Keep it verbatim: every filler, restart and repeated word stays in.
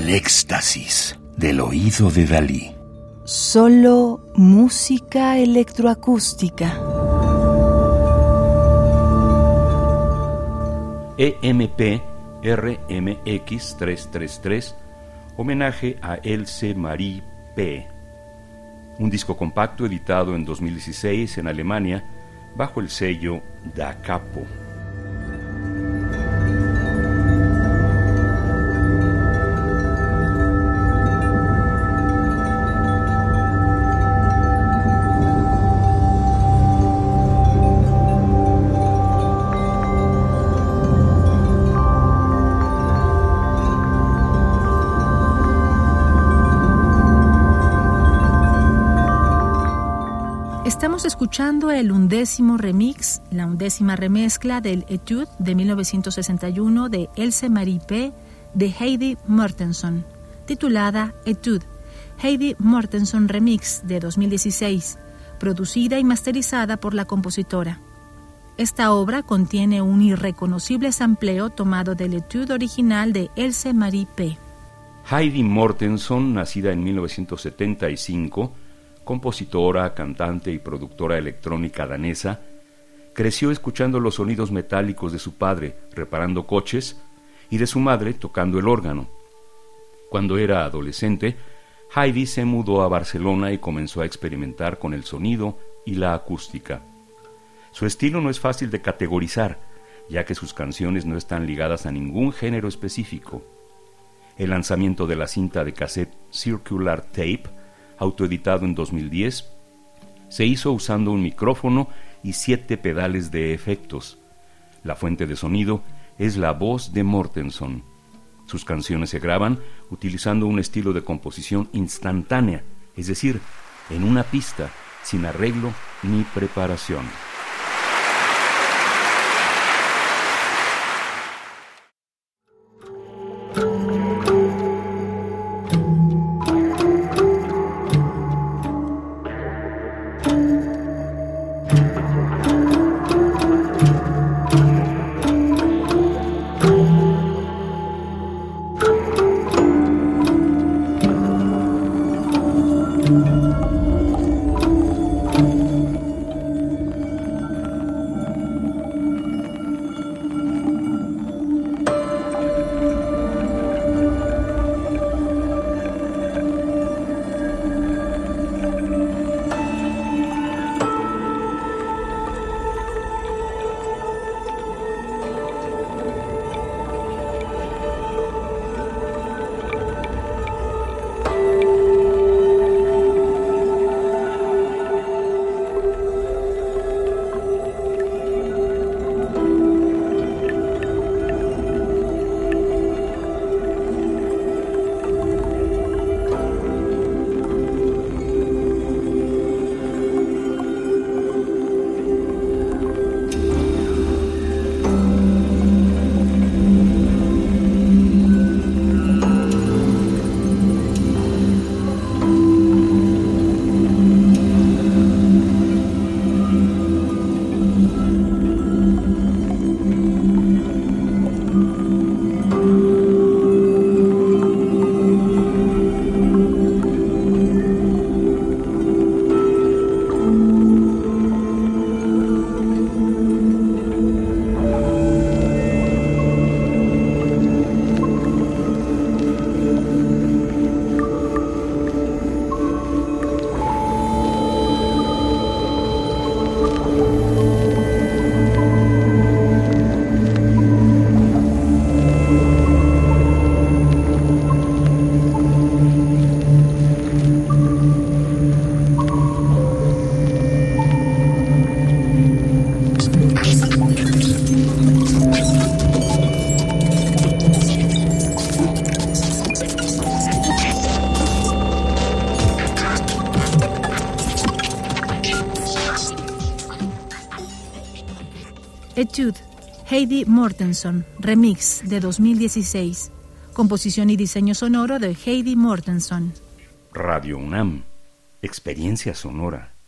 éxtasis del oído de Dalí. Solo música electroacústica. E M P R M X trescientos treinta y tres, homenaje a Else Marie P. Un disco compacto editado en dos mil dieciséis en Alemania bajo el sello Da Capo. Estamos escuchando el undécimo remix, la undécima remezcla del Etude de mil novecientos sesenta y uno de Else Marie P. de Heidi Mortenson, titulada Etude, Heidi Mortenson Remix de dos mil dieciséis, producida y masterizada por la compositora. Esta obra contiene un irreconocible sampleo tomado del Etude original de Else Marie P. Heidi Mortenson, nacida en mil novecientos setenta y cinco, compositora, cantante y productora electrónica danesa, creció escuchando los sonidos metálicos de su padre reparando coches y de su madre tocando el órgano. Cuando era adolescente, Heidi se mudó a Barcelona y comenzó a experimentar con el sonido y la acústica. Su estilo no es fácil de categorizar, ya que sus canciones no están ligadas a ningún género específico. El lanzamiento de la cinta de cassette Circular Tape, autoeditado en dos mil diez, se hizo usando un micrófono y siete pedales de efectos. La fuente de sonido es la voz de Mortenson. Sus canciones se graban utilizando un estilo de composición instantánea, es decir, en una pista, sin arreglo ni preparación. Etude, Heidi Mortenson, remix de dos mil dieciséis. Composición y diseño sonoro de Heidi Mortenson. Radio UNAM, experiencia sonora.